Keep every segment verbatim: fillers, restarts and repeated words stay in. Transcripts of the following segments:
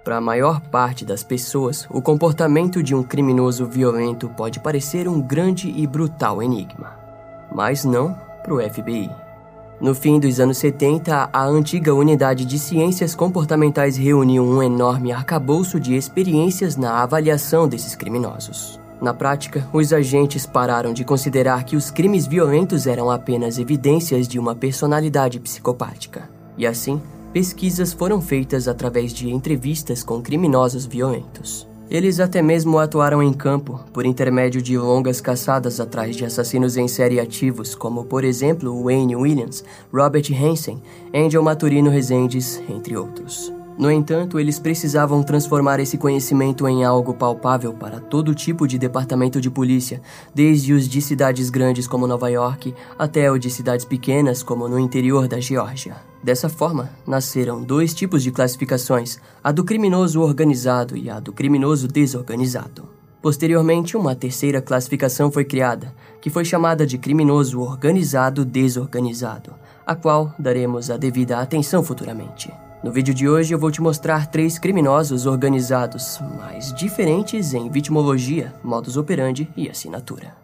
Para a maior parte das pessoas, o comportamento de um criminoso violento pode parecer um grande e brutal enigma. Mas não para o F B I. No fim dos anos setenta, a antiga Unidade de Ciências Comportamentais reuniu um enorme arcabouço de experiências na avaliação desses criminosos. Na prática, os agentes pararam de considerar que os crimes violentos eram apenas evidências de uma personalidade psicopática. E assim, pesquisas foram feitas através de entrevistas com criminosos violentos. Eles até mesmo atuaram em campo, por intermédio de longas caçadas atrás de assassinos em série ativos, como, por exemplo, Wayne Williams, Robert Hansen, Angel Maturino Rezendes, entre outros. No entanto, eles precisavam transformar esse conhecimento em algo palpável para todo tipo de departamento de polícia, desde os de cidades grandes como Nova York, até o de cidades pequenas como no interior da Geórgia. Dessa forma, nasceram dois tipos de classificações, a do criminoso organizado e a do criminoso desorganizado. Posteriormente, uma terceira classificação foi criada, que foi chamada de criminoso organizado desorganizado, a qual daremos a devida atenção futuramente. No vídeo de hoje eu vou te mostrar três criminosos organizados, mas diferentes em vitimologia, modus operandi e assinatura.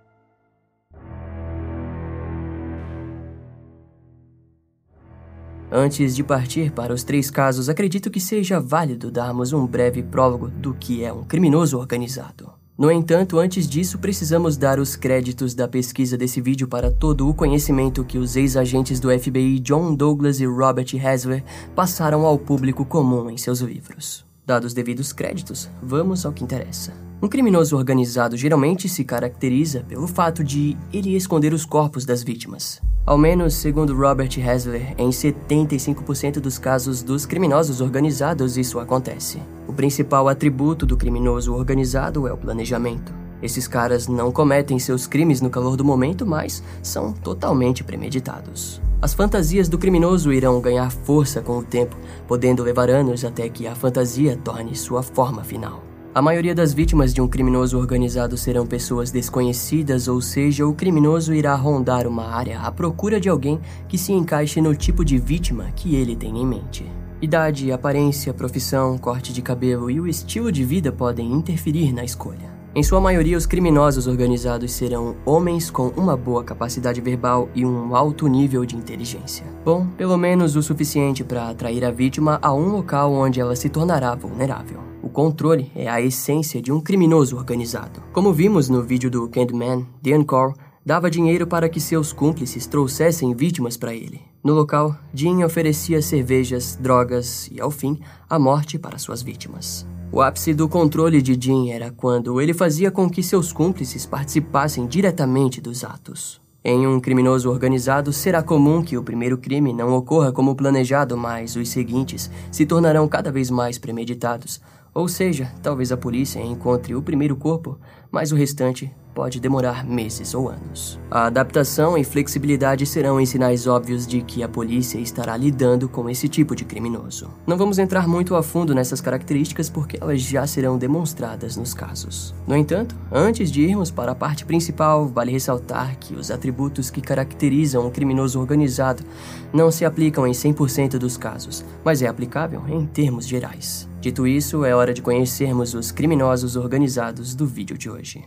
Antes de partir para os três casos, acredito que seja válido darmos um breve prólogo do que é um criminoso organizado. No entanto, antes disso, precisamos dar os créditos da pesquisa desse vídeo para todo o conhecimento que os ex-agentes do F B I John Douglas e Robert Hasler passaram ao público comum em seus livros. Dados os devidos créditos, vamos ao que interessa. Um criminoso organizado geralmente se caracteriza pelo fato de ele esconder os corpos das vítimas. Ao menos, segundo Robert Hasler, em setenta e cinco por cento dos casos dos criminosos organizados isso acontece. O principal atributo do criminoso organizado é o planejamento. Esses caras não cometem seus crimes no calor do momento, mas são totalmente premeditados. As fantasias do criminoso irão ganhar força com o tempo, podendo levar anos até que a fantasia torne sua forma final. A maioria das vítimas de um criminoso organizado serão pessoas desconhecidas, ou seja, o criminoso irá rondar uma área à procura de alguém que se encaixe no tipo de vítima que ele tem em mente. Idade, aparência, profissão, corte de cabelo e o estilo de vida podem interferir na escolha. Em sua maioria, os criminosos organizados serão homens com uma boa capacidade verbal e um alto nível de inteligência. Bom, pelo menos o suficiente para atrair a vítima a um local onde ela se tornará vulnerável. O controle é a essência de um criminoso organizado. Como vimos no vídeo do Candyman, Dan Cole dava dinheiro para que seus cúmplices trouxessem vítimas para ele. No local, Jim oferecia cervejas, drogas e, ao fim, a morte para suas vítimas. O ápice do controle de Jim era quando ele fazia com que seus cúmplices participassem diretamente dos atos. Em um criminoso organizado, será comum que o primeiro crime não ocorra como planejado, mas os seguintes se tornarão cada vez mais premeditados. Ou seja, talvez a polícia encontre o primeiro corpo, mas o restante pode demorar meses ou anos. A adaptação e flexibilidade serão em sinais óbvios de que a polícia estará lidando com esse tipo de criminoso. Não vamos entrar muito a fundo nessas características porque elas já serão demonstradas nos casos. No entanto, antes de irmos para a parte principal, vale ressaltar que os atributos que caracterizam um criminoso organizado não se aplicam em cem por cento dos casos, mas é aplicável em termos gerais. Dito isso, é hora de conhecermos os criminosos organizados do vídeo de hoje.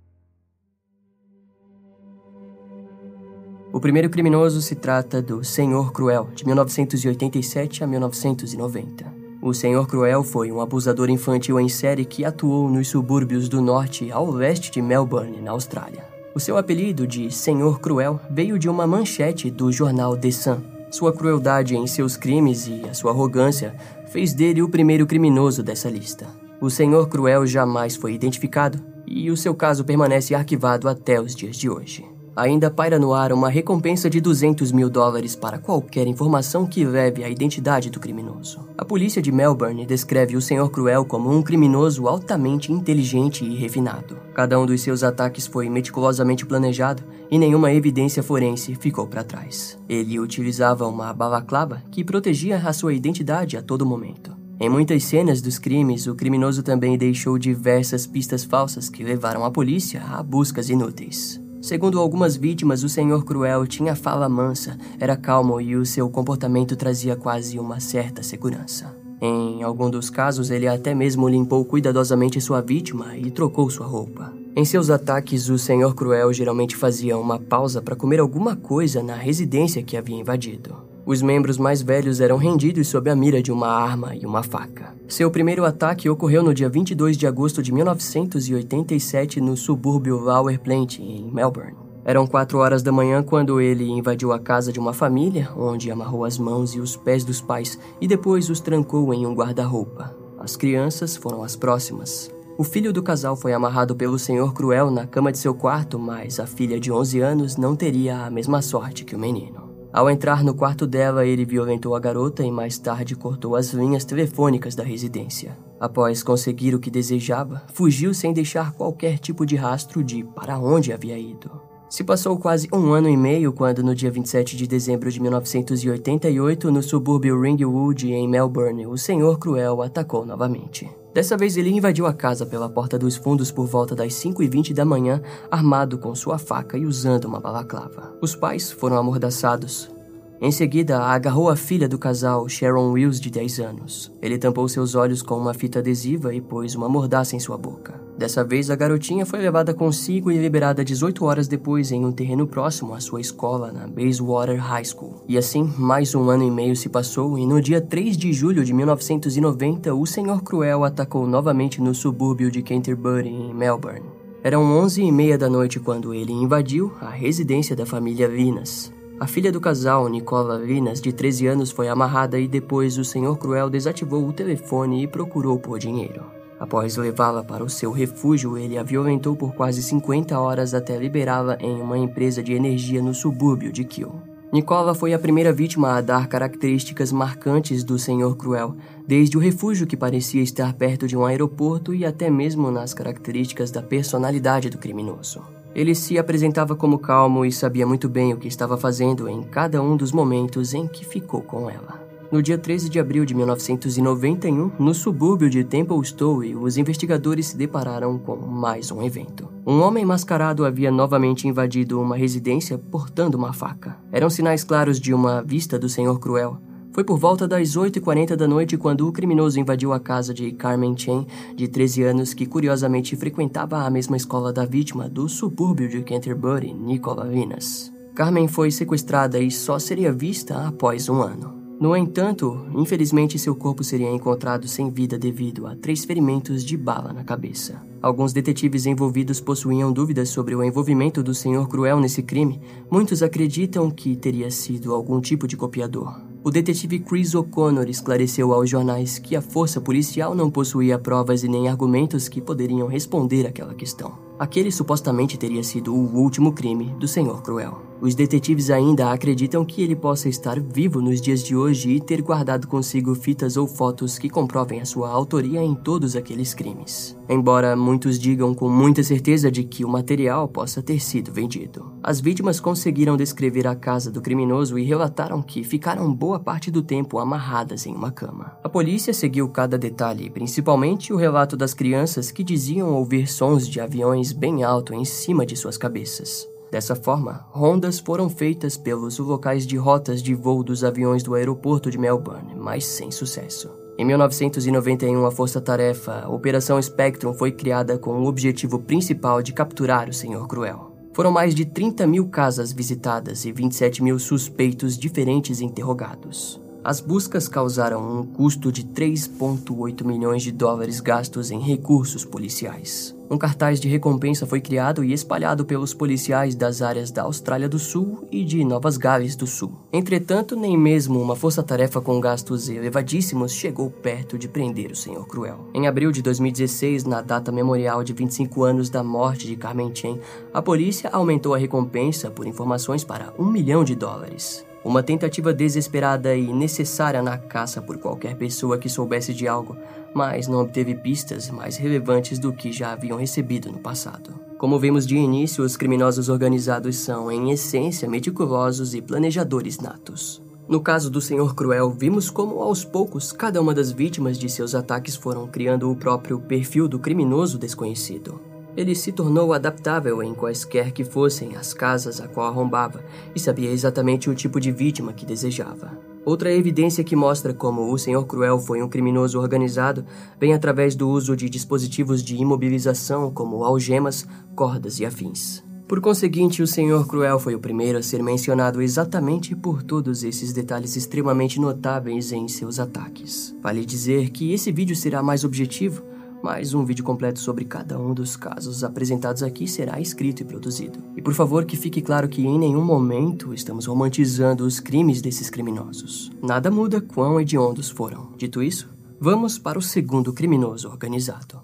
O primeiro criminoso se trata do Senhor Cruel, de mil novecentos e oitenta e sete a mil novecentos e noventa. O Senhor Cruel foi um abusador infantil em série que atuou nos subúrbios do norte ao leste de Melbourne, na Austrália. O seu apelido de Senhor Cruel veio de uma manchete do jornal The Sun. Sua crueldade em seus crimes e a sua arrogância fez dele o primeiro criminoso dessa lista. O Senhor Cruel jamais foi identificado e o seu caso permanece arquivado até os dias de hoje. Ainda paira no ar uma recompensa de duzentos mil dólares para qualquer informação que leve à identidade do criminoso. A polícia de Melbourne descreve o Senhor Cruel como um criminoso altamente inteligente e refinado. Cada um dos seus ataques foi meticulosamente planejado e nenhuma evidência forense ficou para trás. Ele utilizava uma balaclava que protegia a sua identidade a todo momento. Em muitas cenas dos crimes, o criminoso também deixou diversas pistas falsas que levaram a polícia a buscas inúteis. Segundo algumas vítimas, o Senhor Cruel tinha fala mansa, era calmo e o seu comportamento trazia quase uma certa segurança. Em algum dos casos, ele até mesmo limpou cuidadosamente sua vítima e trocou sua roupa. Em seus ataques, o senhor Cruel geralmente fazia uma pausa para comer alguma coisa na residência que havia invadido. Os membros mais velhos eram rendidos sob a mira de uma arma e uma faca. Seu primeiro ataque ocorreu no dia vinte e dois de agosto de mil novecentos e oitenta e sete no subúrbio Lower Plant, em Melbourne. Eram quatro horas da manhã quando ele invadiu a casa de uma família, onde amarrou as mãos e os pés dos pais e depois os trancou em um guarda-roupa. As crianças foram as próximas. O filho do casal foi amarrado pelo senhor Cruel na cama de seu quarto, mas a filha de onze anos não teria a mesma sorte que o menino. Ao entrar no quarto dela, ele violentou a garota e mais tarde cortou as linhas telefônicas da residência. Após conseguir o que desejava, fugiu sem deixar qualquer tipo de rastro de para onde havia ido. Se passou quase um ano e meio quando, no dia vinte e sete de dezembro de mil novecentos e oitenta e oito, no subúrbio Ringwood, em Melbourne, o senhor Cruel atacou novamente. Dessa vez, ele invadiu a casa pela porta dos fundos por volta das cinco e vinte da manhã, armado com sua faca e usando uma balaclava. Os pais foram amordaçados. Em seguida, agarrou a filha do casal, Sharon Wills, de dez anos. Ele tampou seus olhos com uma fita adesiva e pôs uma mordaça em sua boca. Dessa vez, a garotinha foi levada consigo e liberada dezoito horas depois em um terreno próximo à sua escola, na Bayswater High School. E assim, mais um ano e meio se passou e no dia três de julho de mil novecentos e noventa, o senhor Cruel atacou novamente no subúrbio de Canterbury, em Melbourne. Eram onze e meia da noite quando ele invadiu a residência da família Vinas. A filha do casal, Nicola Vinas, de treze anos, foi amarrada e depois o senhor Cruel desativou o telefone e procurou por dinheiro. Após levá-la para o seu refúgio, ele a violentou por quase cinquenta horas até liberá-la em uma empresa de energia no subúrbio de Kew. Nicola foi a primeira vítima a dar características marcantes do senhor Cruel, desde o refúgio que parecia estar perto de um aeroporto e até mesmo nas características da personalidade do criminoso. Ele se apresentava como calmo e sabia muito bem o que estava fazendo em cada um dos momentos em que ficou com ela. No dia treze de abril de mil novecentos e noventa e um, no subúrbio de Templestowe, os investigadores se depararam com mais um evento. Um homem mascarado havia novamente invadido uma residência portando uma faca. Eram sinais claros de uma vista do senhor Cruel. Foi por volta das oito e quarenta da noite quando o criminoso invadiu a casa de Carmen Chen, de treze anos, que curiosamente frequentava a mesma escola da vítima do subúrbio de Canterbury, Nicola Vinas. Carmen foi sequestrada e só seria vista após um ano. No entanto, infelizmente seu corpo seria encontrado sem vida devido a três ferimentos de bala na cabeça. Alguns detetives envolvidos possuíam dúvidas sobre o envolvimento do senhor Cruel nesse crime. Muitos acreditam que teria sido algum tipo de copiador. O detetive Chris O'Connor esclareceu aos jornais que a força policial não possuía provas e nem argumentos que poderiam responder àquela questão. Aquele supostamente teria sido o último crime do senhor Cruel. Os detetives ainda acreditam que ele possa estar vivo nos dias de hoje e ter guardado consigo fitas ou fotos que comprovem a sua autoria em todos aqueles crimes. Embora muitos digam com muita certeza de que o material possa ter sido vendido. As vítimas conseguiram descrever a casa do criminoso e relataram que ficaram boa parte do tempo amarradas em uma cama. A polícia seguiu cada detalhe, principalmente o relato das crianças que diziam ouvir sons de aviões bem alto em cima de suas cabeças. Dessa forma, rondas foram feitas pelos locais de rotas de voo dos aviões do aeroporto de Melbourne, mas sem sucesso. Em mil novecentos e noventa e um, a força-tarefa a Operação Spectrum foi criada com o objetivo principal de capturar o senhor Cruel. Foram mais de trinta mil casas visitadas e vinte e sete mil suspeitos diferentes interrogados. As buscas causaram um custo de três vírgula oito milhões de dólares gastos em recursos policiais. Um cartaz de recompensa foi criado e espalhado pelos policiais das áreas da Austrália do Sul e de Novas Gales do Sul. Entretanto, nem mesmo uma força-tarefa com gastos elevadíssimos chegou perto de prender o senhor Cruel. Em abril de dois mil e dezesseis, na data memorial de vinte e cinco anos da morte de Carmen Chen, a polícia aumentou a recompensa por informações para um milhão de dólares. Uma tentativa desesperada e necessária na caça por qualquer pessoa que soubesse de algo, mas não obteve pistas mais relevantes do que já haviam recebido no passado. Como vimos de início, os criminosos organizados são, em essência, meticulosos e planejadores natos. No caso do senhor Cruel, vimos como, aos poucos, cada uma das vítimas de seus ataques foram criando o próprio perfil do criminoso desconhecido. Ele se tornou adaptável em quaisquer que fossem as casas a qual arrombava e sabia exatamente o tipo de vítima que desejava. Outra evidência que mostra como o senhor Cruel foi um criminoso organizado vem através do uso de dispositivos de imobilização como algemas, cordas e afins. Por conseguinte, o senhor Cruel foi o primeiro a ser mencionado exatamente por todos esses detalhes extremamente notáveis em seus ataques. Vale dizer que esse vídeo será mais objetivo, mas um vídeo completo sobre cada um dos casos apresentados aqui será escrito e produzido. E por favor que fique claro que em nenhum momento estamos romantizando os crimes desses criminosos. Nada muda quão hediondos foram. Dito isso, vamos para o segundo criminoso organizado.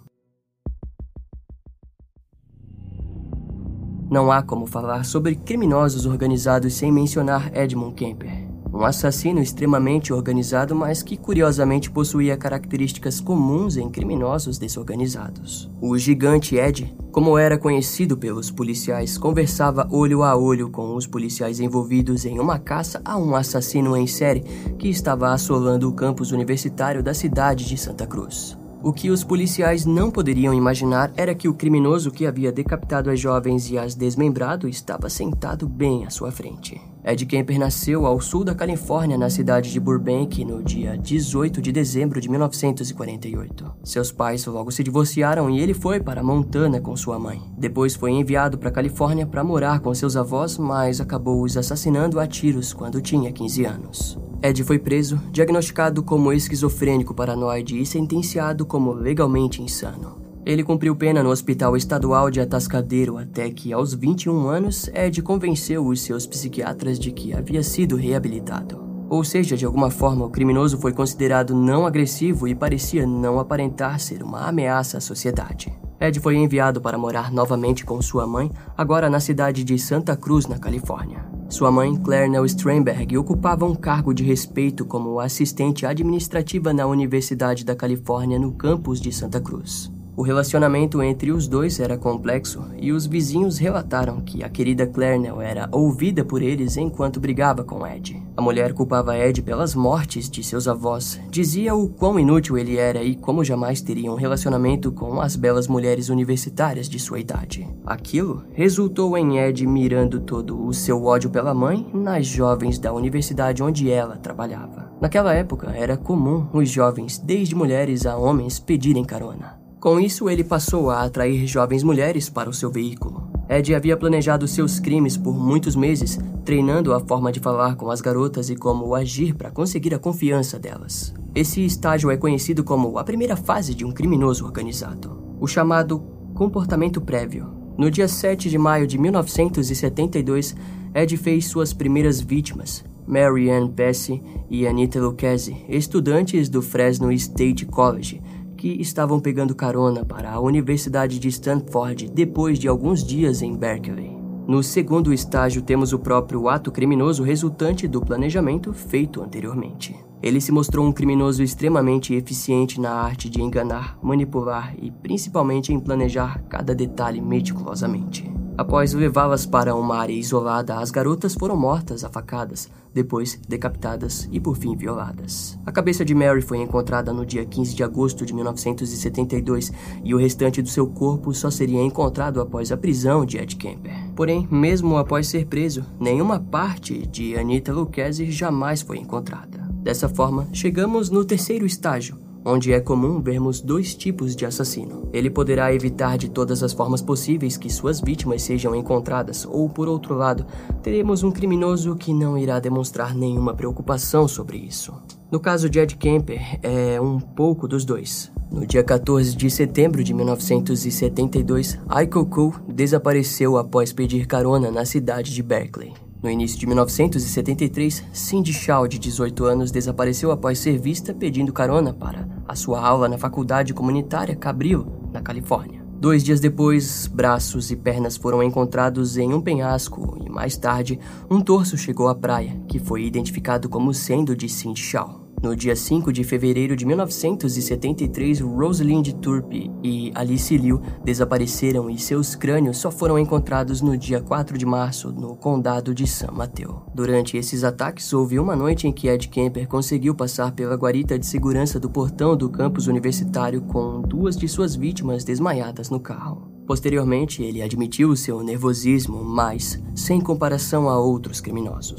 Não há como falar sobre criminosos organizados sem mencionar Edmund Kemper, um assassino extremamente organizado, mas que curiosamente possuía características comuns em criminosos desorganizados. O gigante Ed, como era conhecido pelos policiais, conversava olho a olho com os policiais envolvidos em uma caça a um assassino em série que estava assolando o campus universitário da cidade de Santa Cruz. O que os policiais não poderiam imaginar era que o criminoso que havia decapitado as jovens e as desmembrado estava sentado bem à sua frente. Ed Kemper nasceu ao sul da Califórnia, na cidade de Burbank, no dia dezoito de dezembro de mil novecentos e quarenta e oito. Seus pais logo se divorciaram e ele foi para Montana com sua mãe. Depois foi enviado para a Califórnia para morar com seus avós, mas acabou os assassinando a tiros quando tinha quinze anos. Ed foi preso, diagnosticado como esquizofrênico paranoide e sentenciado como legalmente insano. Ele cumpriu pena no Hospital Estadual de Atascadero até que, aos vinte e um anos, Ed convenceu os seus psiquiatras de que havia sido reabilitado. Ou seja, de alguma forma, o criminoso foi considerado não agressivo e parecia não aparentar ser uma ameaça à sociedade. Ed foi enviado para morar novamente com sua mãe, agora na cidade de Santa Cruz, na Califórnia. Sua mãe, Claire Nell Steinberg, ocupava um cargo de respeito como assistente administrativa na Universidade da Califórnia no campus de Santa Cruz. O relacionamento entre os dois era complexo e os vizinhos relataram que a querida Claire Nell era ouvida por eles enquanto brigava com Ed. A mulher culpava Ed pelas mortes de seus avós, dizia o quão inútil ele era e como jamais teria um relacionamento com as belas mulheres universitárias de sua idade. Aquilo resultou em Ed mirando todo o seu ódio pela mãe nas jovens da universidade onde ela trabalhava. Naquela época, era comum os jovens, desde mulheres a homens, pedirem carona. Com isso, ele passou a atrair jovens mulheres para o seu veículo. Ed havia planejado seus crimes por muitos meses, treinando a forma de falar com as garotas e como agir para conseguir a confiança delas. Esse estágio é conhecido como a primeira fase de um criminoso organizado, o chamado comportamento prévio. No dia sete de maio de mil novecentos e setenta e dois, Ed fez suas primeiras vítimas, Mary Ann Pesce e Anita Lucchese, estudantes do Fresno State College, que estavam pegando carona para a Universidade de Stanford depois de alguns dias em Berkeley. No segundo estágio, temos o próprio ato criminoso resultante do planejamento feito anteriormente. Ele se mostrou um criminoso extremamente eficiente na arte de enganar, manipular e principalmente em planejar cada detalhe meticulosamente. Após levá-las para uma área isolada, as garotas foram mortas a facadas, depois decapitadas e por fim violadas. A cabeça de Mary foi encontrada no dia quinze de agosto de mil novecentos e setenta e dois e o restante do seu corpo só seria encontrado após a prisão de Ed Kemper. Porém, mesmo após ser preso, nenhuma parte de Anita Lucchese jamais foi encontrada. Dessa forma, chegamos no terceiro estágio, onde é comum vermos dois tipos de assassino. Ele poderá evitar de todas as formas possíveis que suas vítimas sejam encontradas, ou por outro lado, teremos um criminoso que não irá demonstrar nenhuma preocupação sobre isso. No caso de Ed Kemper, é um pouco dos dois. No dia quatorze de setembro de mil novecentos e setenta e dois, Aiko Koo desapareceu após pedir carona na cidade de Berkeley. No início de mil novecentos e setenta e três, Cindy Shaw, de dezoito anos, desapareceu após ser vista pedindo carona para a sua aula na faculdade comunitária Cabrillo, na Califórnia. Dois dias depois, braços e pernas foram encontrados em um penhasco e, mais tarde, um torso chegou à praia, que foi identificado como sendo de Cindy Shaw. No dia cinco de fevereiro de mil novecentos e setenta e três, Rosalind Turpie e Alice Liu desapareceram e seus crânios só foram encontrados no dia quatro de março, no condado de San Mateo. Durante esses ataques, houve uma noite em que Ed Kemper conseguiu passar pela guarita de segurança do portão do campus universitário com duas de suas vítimas desmaiadas no carro. Posteriormente, ele admitiu seu nervosismo, mas sem comparação a outros criminosos.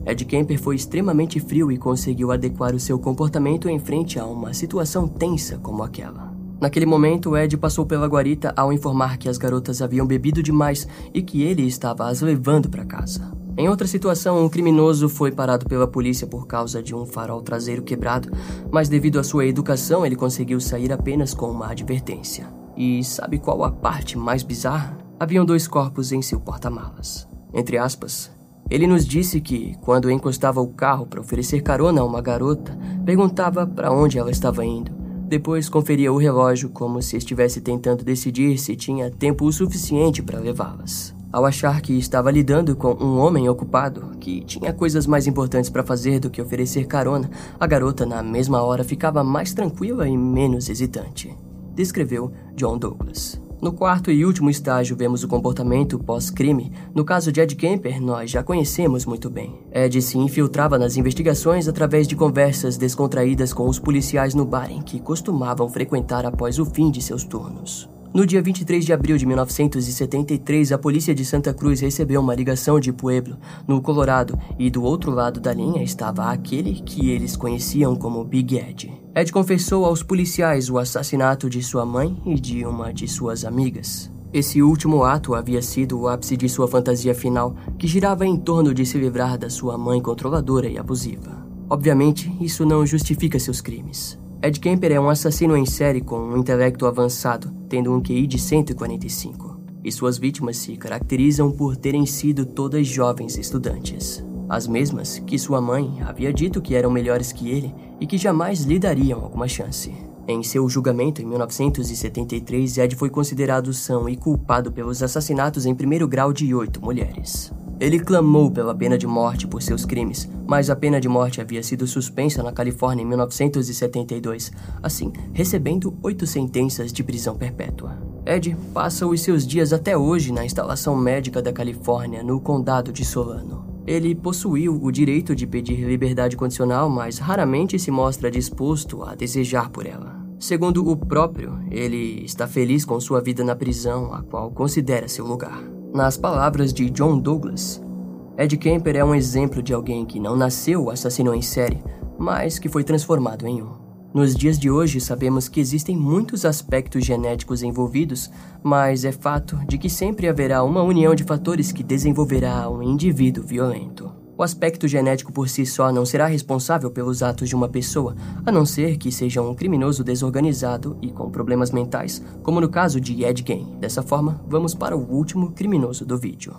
Ed Kemper foi extremamente frio e conseguiu adequar o seu comportamento em frente a uma situação tensa como aquela. Naquele momento, Ed passou pela guarita ao informar que as garotas haviam bebido demais e que ele estava as levando para casa. Em outra situação, um criminoso foi parado pela polícia por causa de um farol traseiro quebrado, mas devido à sua educação, ele conseguiu sair apenas com uma advertência. E sabe qual a parte mais bizarra? Haviam dois corpos em seu porta-malas. Entre aspas, ele nos disse que, quando encostava o carro para oferecer carona a uma garota, perguntava para onde ela estava indo. Depois conferia o relógio como se estivesse tentando decidir se tinha tempo o suficiente para levá-las. Ao achar que estava lidando com um homem ocupado, que tinha coisas mais importantes para fazer do que oferecer carona, a garota na mesma hora ficava mais tranquila e menos hesitante, descreveu John Douglas. No quarto e último estágio, vemos o comportamento pós-crime. No caso de Ed Kemper, nós já conhecemos muito bem. Ed se infiltrava nas investigações através de conversas descontraídas com os policiais no bar em que costumavam frequentar após o fim de seus turnos. No dia vinte e três de abril de mil novecentos e setenta e três, a polícia de Santa Cruz recebeu uma ligação de Pueblo, no Colorado, e do outro lado da linha estava aquele que eles conheciam como Big Ed. Ed confessou aos policiais o assassinato de sua mãe e de uma de suas amigas. Esse último ato havia sido o ápice de sua fantasia final, que girava em torno de se livrar da sua mãe controladora e abusiva. Obviamente, isso não justifica seus crimes. Ed Kemper é um assassino em série com um intelecto avançado, tendo um Q I de cento e quarenta e cinco. E suas vítimas se caracterizam por terem sido todas jovens estudantes. As mesmas que sua mãe havia dito que eram melhores que ele e que jamais lhe dariam alguma chance. Em seu julgamento em mil novecentos e setenta e três, Ed foi considerado são e culpado pelos assassinatos em primeiro grau de oito mulheres. Ele clamou pela pena de morte por seus crimes, mas a pena de morte havia sido suspensa na Califórnia em mil novecentos e setenta e dois, assim recebendo oito sentenças de prisão perpétua. Ed passa os seus dias até hoje na instalação médica da Califórnia, no condado de Solano. Ele possuiu o direito de pedir liberdade condicional, mas raramente se mostra disposto a desejar por ela. Segundo o próprio, ele está feliz com sua vida na prisão, a qual considera seu lugar. Nas palavras de John Douglas, Ed Kemper é um exemplo de alguém que não nasceu assassino em série, mas que foi transformado em um. Nos dias de hoje, sabemos que existem muitos aspectos genéticos envolvidos, mas é fato de que sempre haverá uma união de fatores que desenvolverá um indivíduo violento. O aspecto genético por si só não será responsável pelos atos de uma pessoa, a não ser que seja um criminoso desorganizado e com problemas mentais, como no caso de Ed Gein. Dessa forma, vamos para o último criminoso do vídeo.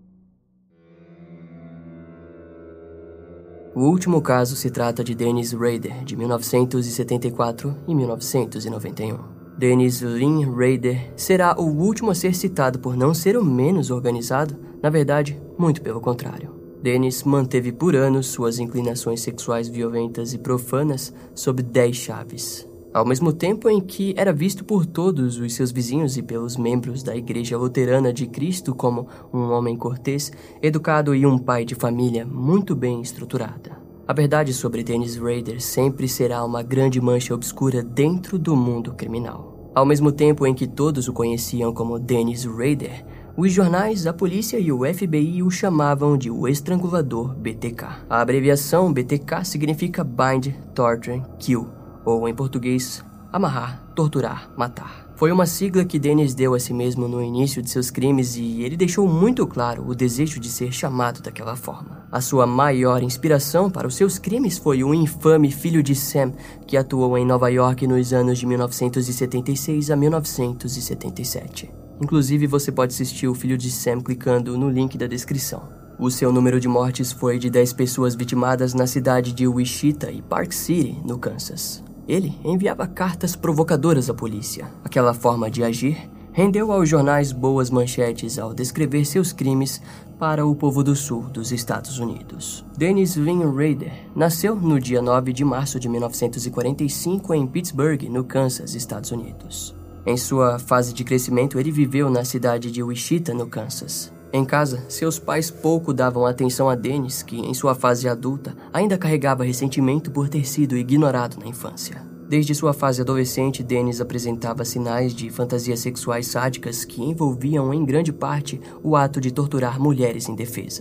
O último caso se trata de Dennis Rader, de mil novecentos e setenta e quatro e mil novecentos e noventa e um. Dennis Lynn Rader será o último a ser citado por não ser o menos organizado, na verdade, muito pelo contrário. Dennis manteve por anos suas inclinações sexuais violentas e profanas sob dez chaves, ao mesmo tempo em que era visto por todos os seus vizinhos e pelos membros da Igreja Luterana de Cristo como um homem cortês, educado e um pai de família muito bem estruturada. A verdade sobre Dennis Rader sempre será uma grande mancha obscura dentro do mundo criminal. Ao mesmo tempo em que todos o conheciam como Dennis Rader, os jornais, a polícia e o F B I o chamavam de o Estrangulador B T K. A abreviação B T K significa Bind, Torture, Kill, ou em português, amarrar, torturar, matar. Foi uma sigla que Dennis deu a si mesmo no início de seus crimes e ele deixou muito claro o desejo de ser chamado daquela forma. A sua maior inspiração para os seus crimes foi o infame filho de Sam, que atuou em Nova York nos anos de mil novecentos e setenta e seis a mil novecentos e setenta e sete. Inclusive, você pode assistir o Filho de Sam clicando no link da descrição. O seu número de mortes foi de dez pessoas vitimadas na cidade de Wichita e Park City, no Kansas. Ele enviava cartas provocadoras à polícia. Aquela forma de agir rendeu aos jornais boas manchetes ao descrever seus crimes para o povo do sul dos Estados Unidos. Dennis Lynn Rader nasceu no dia nove de março de mil novecentos e quarenta e cinco em Pittsburgh, no Kansas, Estados Unidos. Em sua fase de crescimento, ele viveu na cidade de Wichita, no Kansas. Em casa, seus pais pouco davam atenção a Dennis, que em sua fase adulta ainda carregava ressentimento por ter sido ignorado na infância. Desde sua fase adolescente, Dennis apresentava sinais de fantasias sexuais sádicas que envolviam em grande parte o ato de torturar mulheres indefesas.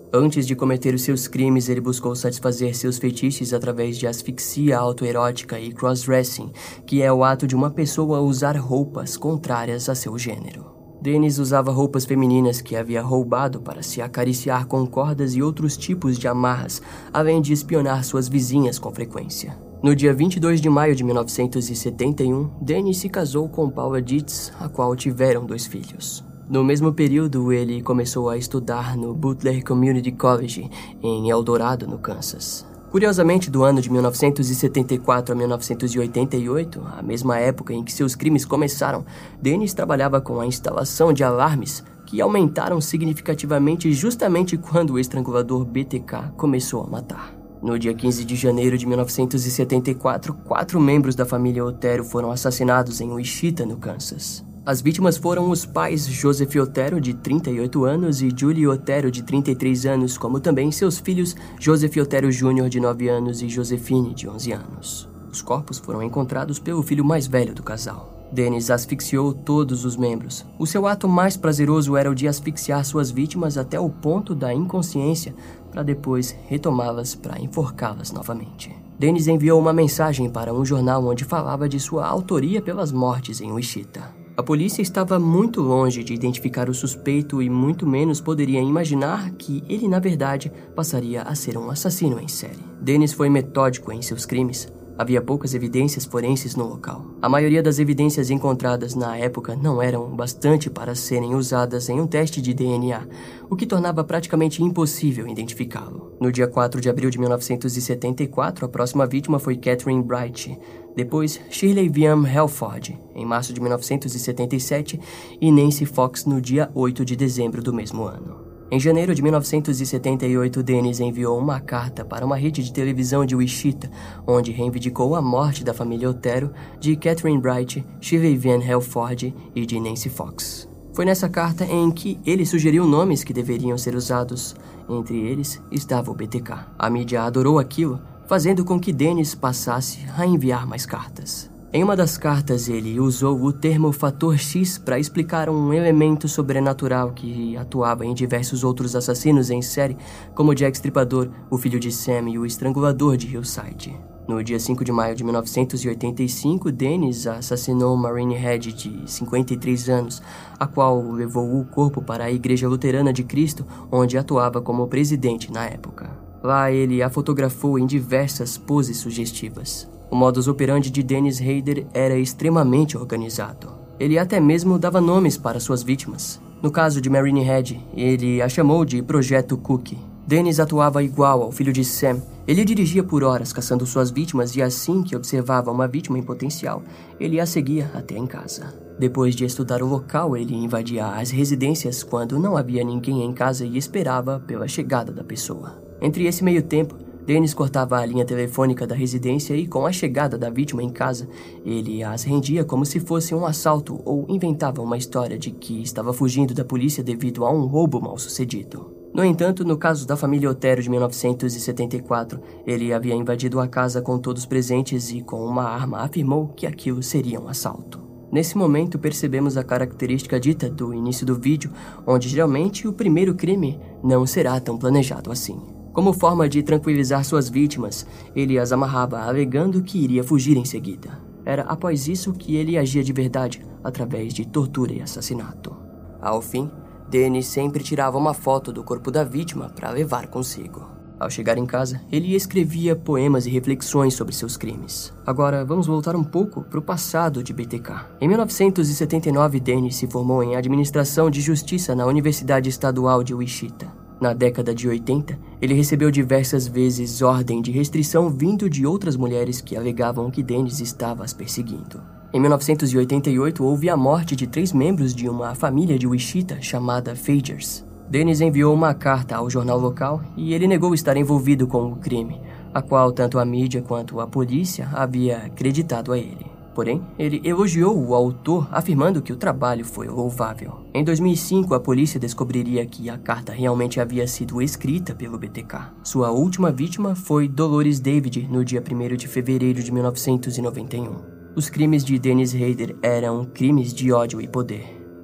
Antes de cometer os seus crimes, ele buscou satisfazer seus fetiches através de asfixia autoerótica e crossdressing, que é o ato de uma pessoa usar roupas contrárias a seu gênero. Dennis usava roupas femininas que havia roubado para se acariciar com cordas e outros tipos de amarras, além de espionar suas vizinhas com frequência. No dia vinte e dois de maio de mil novecentos e setenta e um, Dennis se casou com Paula Dietz, a qual tiveram dois filhos. No mesmo período, ele começou a estudar no Butler Community College, em El Dorado, no Kansas. Curiosamente, do ano de mil novecentos e setenta e quatro a mil novecentos e oitenta e oito, a mesma época em que seus crimes começaram, Dennis trabalhava com a instalação de alarmes que aumentaram significativamente justamente quando o estrangulador B T K começou a matar. No dia quinze de janeiro de mil novecentos e setenta e quatro, quatro membros da família Otero foram assassinados em Wichita, no Kansas. As vítimas foram os pais Joseph Otero, de trinta e oito anos, e Julie Otero, de trinta e três anos, como também seus filhos Joseph Otero Júnior, de nove anos, e Josephine, de onze anos. Os corpos foram encontrados pelo filho mais velho do casal. Dennis asfixiou todos os membros. O seu ato mais prazeroso era o de asfixiar suas vítimas até o ponto da inconsciência, para depois retomá-las para enforcá-las novamente. Dennis enviou uma mensagem para um jornal onde falava de sua autoria pelas mortes em Wichita. A polícia estava muito longe de identificar o suspeito e muito menos poderia imaginar que ele, na verdade, passaria a ser um assassino em série. Dennis foi metódico em seus crimes. Havia poucas evidências forenses no local. A maioria das evidências encontradas na época não eram bastante para serem usadas em um teste de D N A, o que tornava praticamente impossível identificá-lo. No dia quatro de abril de mil novecentos e setenta e quatro, a próxima vítima foi Catherine Bright, depois Shirley Vian Helford, em março de mil novecentos e setenta e sete, e Nancy Fox no dia oito de dezembro do mesmo ano. Em janeiro de mil novecentos e setenta e oito, Dennis enviou uma carta para uma rede de televisão de Wichita, onde reivindicou a morte da família Otero, de Catherine Bright, Shirley Vian Helford e de Nancy Fox. Foi nessa carta em que ele sugeriu nomes que deveriam ser usados. Entre eles estava o B T K. A mídia adorou aquilo, fazendo com que Dennis passasse a enviar mais cartas. Em uma das cartas, ele usou o termo fator X para explicar um elemento sobrenatural que atuava em diversos outros assassinos em série, como Jack Stripador, o filho de Sam e o estrangulador de Hillside. No dia cinco de maio de mil novecentos e oitenta e cinco, Dennis assassinou Maureen Head, de cinquenta e três anos, a qual levou o corpo para a Igreja Luterana de Cristo, onde atuava como presidente na época. Lá ele a fotografou em diversas poses sugestivas. O modus operandi de Dennis Rader era extremamente organizado. Ele até mesmo dava nomes para suas vítimas. No caso de Maureen Head, ele a chamou de Projeto Cookie. Dennis atuava igual ao filho de Sam. Ele dirigia por horas caçando suas vítimas e assim que observava uma vítima em potencial, ele a seguia até em casa. Depois de estudar o local, ele invadia as residências quando não havia ninguém em casa e esperava pela chegada da pessoa. Entre esse meio tempo, Dennis cortava a linha telefônica da residência e, com a chegada da vítima em casa, ele as rendia como se fosse um assalto ou inventava uma história de que estava fugindo da polícia devido a um roubo mal sucedido. No entanto, no caso da família Otero de mil novecentos e setenta e quatro, ele havia invadido a casa com todos presentes e, com uma arma, afirmou que aquilo seria um assalto. Nesse momento, percebemos a característica dita do início do vídeo, onde geralmente o primeiro crime não será tão planejado assim. Como forma de tranquilizar suas vítimas, ele as amarrava alegando que iria fugir em seguida. Era após isso que ele agia de verdade, através de tortura e assassinato. Ao fim, Dennis sempre tirava uma foto do corpo da vítima para levar consigo. Ao chegar em casa, ele escrevia poemas e reflexões sobre seus crimes. Agora, vamos voltar um pouco para o passado de B T K. Em mil novecentos e setenta e nove, Dennis se formou em Administração de Justiça na Universidade Estadual de Wichita. Na década de oitenta, ele recebeu diversas vezes ordem de restrição vindo de outras mulheres que alegavam que Dennis estava as perseguindo. Em mil novecentos e oitenta e oito, houve a morte de três membros de uma família de Wichita chamada Fagers. Dennis enviou uma carta ao jornal local e ele negou estar envolvido com o crime, a qual tanto a mídia quanto a polícia havia acreditado a ele. Porém, ele elogiou o autor, afirmando que o trabalho foi louvável. Em dois mil e cinco, a polícia descobriria que a carta realmente havia sido escrita pelo B T K. Sua última vítima foi Dolores David, no dia primeiro de fevereiro de mil novecentos e noventa e um. Os crimes de Dennis Rader eram crimes de ódio e poder.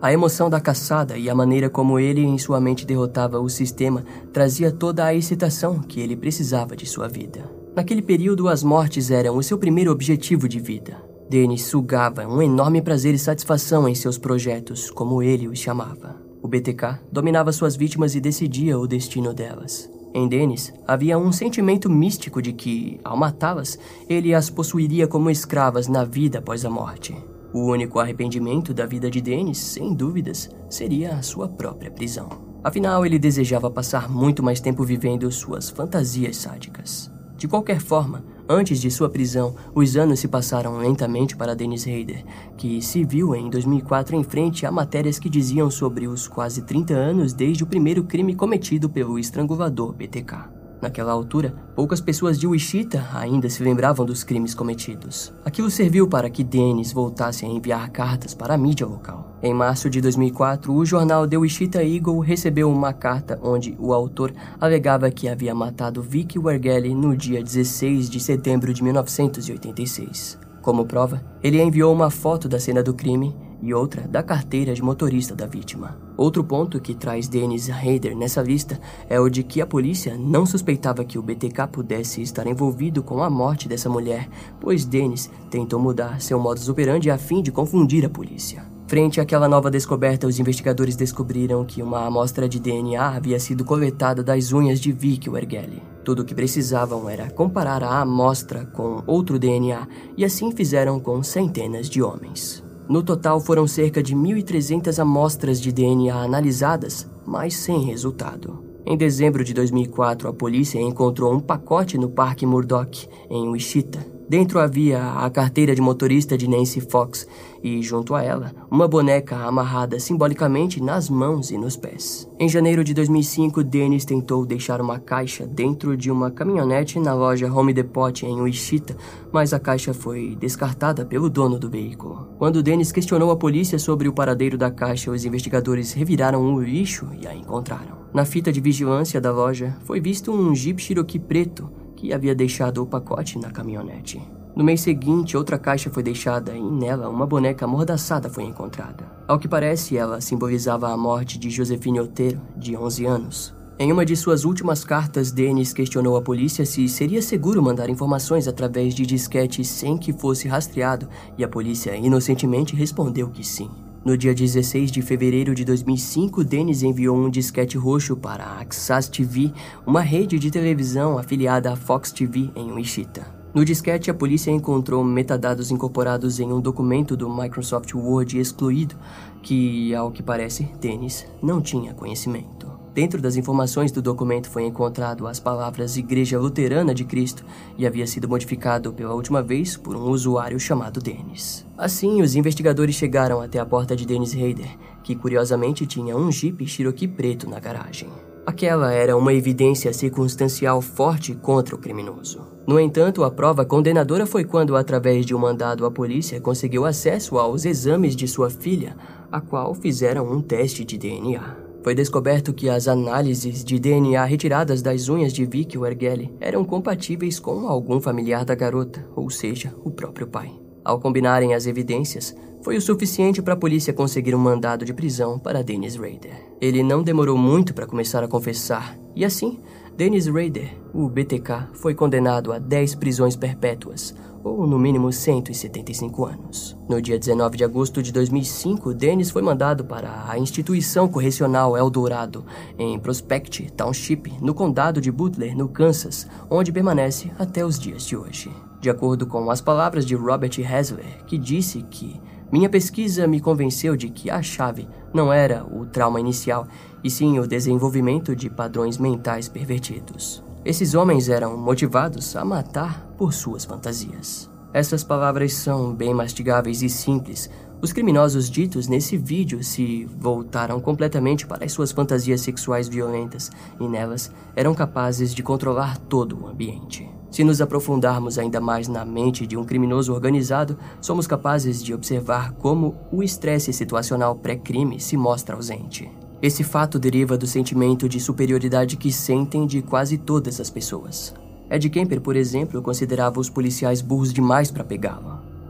A emoção da caçada e a maneira como ele em sua mente derrotava o sistema trazia toda a excitação que ele precisava de sua vida. Naquele período, as mortes eram o seu primeiro objetivo de vida. Dennis sugava um enorme prazer e satisfação em seus projetos, como ele os chamava. O B T K dominava suas vítimas e decidia o destino delas. Em Dennis, havia um sentimento místico de que, ao matá-las, ele as possuiria como escravas na vida após a morte. O único arrependimento da vida de Dennis, sem dúvidas, seria a sua própria prisão. Afinal, ele desejava passar muito mais tempo vivendo suas fantasias sádicas. De qualquer forma, antes de sua prisão, os anos se passaram lentamente para Dennis Rader, que se viu em dois mil e quatro em frente a matérias que diziam sobre os quase trinta anos desde o primeiro crime cometido pelo estrangulador B T K. Naquela altura, poucas pessoas de Wichita ainda se lembravam dos crimes cometidos. Aquilo serviu para que Dennis voltasse a enviar cartas para a mídia local. Em março de dois mil e quatro, o jornal The Wichita Eagle recebeu uma carta onde o autor alegava que havia matado Vicky Wergele no dia dezesseis de setembro de mil novecentos e oitenta e seis. Como prova, ele enviou uma foto da cena do crime e outra da carteira de motorista da vítima. Outro ponto que traz Dennis Rader nessa lista é o de que a polícia não suspeitava que o B T K pudesse estar envolvido com a morte dessa mulher, pois Dennis tentou mudar seu modus operandi a fim de confundir a polícia. Frente àquela nova descoberta, os investigadores descobriram que uma amostra de D N A havia sido coletada das unhas de Vicky Wergele. Tudo o que precisavam era comparar a amostra com outro D N A e assim fizeram com centenas de homens. No total foram cerca de mil e trezentas amostras de D N A analisadas, mas sem resultado. Em dezembro de dois mil e quatro, a polícia encontrou um pacote no Parque Murdoch, em Wichita. Dentro havia a carteira de motorista de Nancy Fox e, junto a ela, uma boneca amarrada simbolicamente nas mãos e nos pés. Em janeiro de dois mil e cinco, Dennis tentou deixar uma caixa dentro de uma caminhonete na loja Home Depot em Wichita, mas a caixa foi descartada pelo dono do veículo. Quando Dennis questionou a polícia sobre o paradeiro da caixa, os investigadores reviraram o lixo e a encontraram. Na fita de vigilância da loja, foi visto um Jeep Cherokee preto que havia deixado o pacote na caminhonete. No mês seguinte, outra caixa foi deixada e nela uma boneca amordaçada foi encontrada. Ao que parece, ela simbolizava a morte de Josephine Otero, de onze anos. Em uma de suas últimas cartas, Dennis questionou a polícia se seria seguro mandar informações através de disquete sem que fosse rastreado, e a polícia inocentemente respondeu que sim. No dia dezesseis de fevereiro de dois mil e cinco, Dennis enviou um disquete roxo para a Access T V, uma rede de televisão afiliada à Fox T V em Wichita. No disquete, a polícia encontrou metadados incorporados em um documento do Microsoft Word excluído, que, ao que parece, Dennis não tinha conhecimento. Dentro das informações do documento foi encontrado as palavras Igreja Luterana de Cristo e havia sido modificado pela última vez por um usuário chamado Dennis. Assim, os investigadores chegaram até a porta de Dennis Rader, que curiosamente tinha um Jeep Cherokee preto na garagem. Aquela era uma evidência circunstancial forte contra o criminoso. No entanto, a prova condenadora foi quando, através de um mandado, a polícia conseguiu acesso aos exames de sua filha, a qual fizeram um teste de D N A. Foi descoberto que as análises de D N A retiradas das unhas de Vicky Wergele eram compatíveis com algum familiar da garota, ou seja, o próprio pai. Ao combinarem as evidências, foi o suficiente para a polícia conseguir um mandado de prisão para Dennis Rader. Ele não demorou muito para começar a confessar, e assim, Dennis Rader, o B T K, foi condenado a dez prisões perpétuas, ou no mínimo cento e setenta e cinco anos. No dia dezenove de agosto de dois mil e cinco, Dennis foi mandado para a Instituição Correcional Eldorado, em Prospect Township, no condado de Butler, no Kansas, onde permanece até os dias de hoje. De acordo com as palavras de Robert Hasler, que disse que minha pesquisa me convenceu de que a chave não era o trauma inicial, e sim o desenvolvimento de padrões mentais pervertidos. Esses homens eram motivados a matar por suas fantasias. Essas palavras são bem mastigáveis e simples. Os criminosos ditos nesse vídeo se voltaram completamente para as suas fantasias sexuais violentas e nelas eram capazes de controlar todo o ambiente. Se nos aprofundarmos ainda mais na mente de um criminoso organizado, somos capazes de observar como o estresse situacional pré-crime se mostra ausente. Esse fato deriva do sentimento de superioridade que sentem de quase todas as pessoas. Ed Kemper, por exemplo, considerava os policiais burros demais para pegá-lo.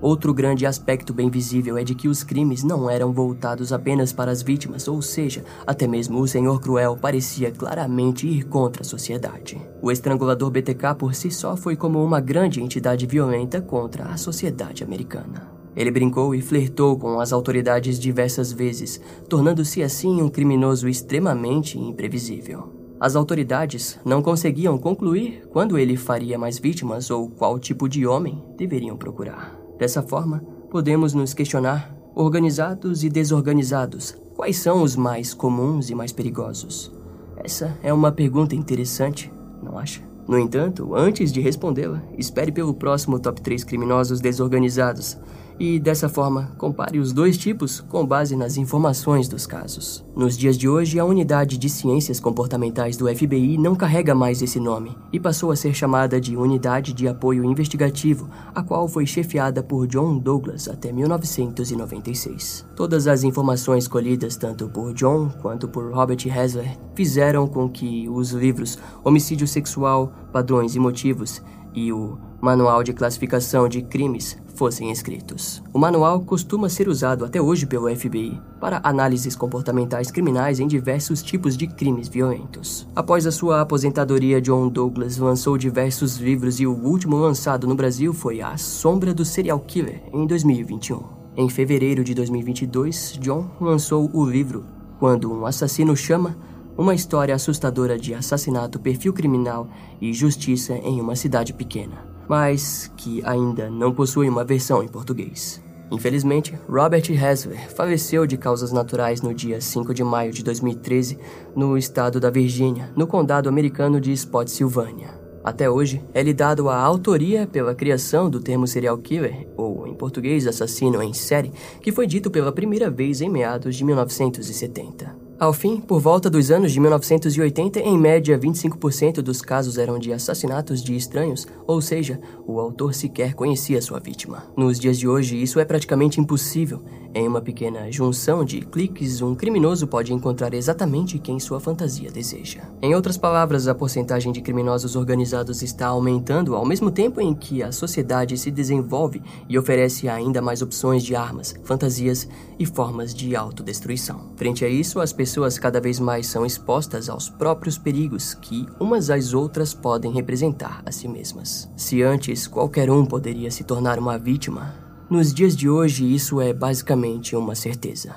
Outro grande aspecto bem visível é de que os crimes não eram voltados apenas para as vítimas, ou seja, até mesmo o Senhor Cruel parecia claramente ir contra a sociedade. O estrangulador B T K por si só foi como uma grande entidade violenta contra a sociedade americana. Ele brincou e flertou com as autoridades diversas vezes, tornando-se assim um criminoso extremamente imprevisível. As autoridades não conseguiam concluir quando ele faria mais vítimas ou qual tipo de homem deveriam procurar. Dessa forma, podemos nos questionar, organizados e desorganizados, quais são os mais comuns e mais perigosos? Essa é uma pergunta interessante, não acha? No entanto, antes de respondê-la, espere pelo próximo Top três Criminosos Desorganizados e, dessa forma, compare os dois tipos com base nas informações dos casos. Nos dias de hoje, a Unidade de Ciências Comportamentais do F B I não carrega mais esse nome e passou a ser chamada de Unidade de Apoio Investigativo, a qual foi chefiada por John Douglas até mil novecentos e noventa e seis. Todas as informações colhidas tanto por John quanto por Robert Hasler fizeram com que os livros Homicídio Sexual, Padrões e Motivos e o Manual de Classificação de Crimes fossem escritos. O manual costuma ser usado até hoje pelo F B I para análises comportamentais criminais em diversos tipos de crimes violentos. Após a sua aposentadoria, John Douglas lançou diversos livros e o último lançado no Brasil foi A Sombra do Serial Killer, em dois mil e vinte e um. Em fevereiro de dois mil e vinte e dois, John lançou o livro Quando um Assassino Chama, uma história assustadora de assassinato, perfil criminal e justiça em uma cidade pequena, mas que ainda não possui uma versão em português. Infelizmente, Robert Hasler faleceu de causas naturais no dia cinco de maio de dois mil e treze, no estado da Virgínia, no condado americano de Spotsylvania. Até hoje, é lhe dado a autoria pela criação do termo serial killer, ou em português assassino em série, que foi dito pela primeira vez em meados de mil novecentos e setenta. Ao fim, por volta dos anos de mil novecentos e oitenta, em média vinte e cinco por cento dos casos eram de assassinatos de estranhos, ou seja, o autor sequer conhecia sua vítima. Nos dias de hoje, isso é praticamente impossível. Em uma pequena junção de cliques, um criminoso pode encontrar exatamente quem sua fantasia deseja. Em outras palavras, a porcentagem de criminosos organizados está aumentando ao mesmo tempo em que a sociedade se desenvolve e oferece ainda mais opções de armas, fantasias e formas de autodestruição. Frente a isso, as pessoas pessoas cada vez mais são expostas aos próprios perigos que umas às outras podem representar a si mesmas. Se antes qualquer um poderia se tornar uma vítima, nos dias de hoje isso é basicamente uma certeza.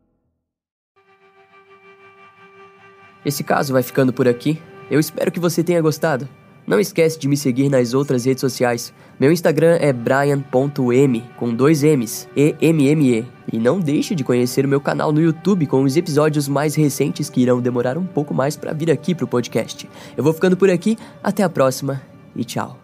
Esse caso vai ficando por aqui. Eu espero que você tenha gostado. Não esquece de me seguir nas outras redes sociais. Meu Instagram é brian ponto m, com dois M's, E M M E. E não deixe de conhecer o meu canal no YouTube com os episódios mais recentes que irão demorar um pouco mais para vir aqui pro podcast. Eu vou ficando por aqui, até a próxima e tchau.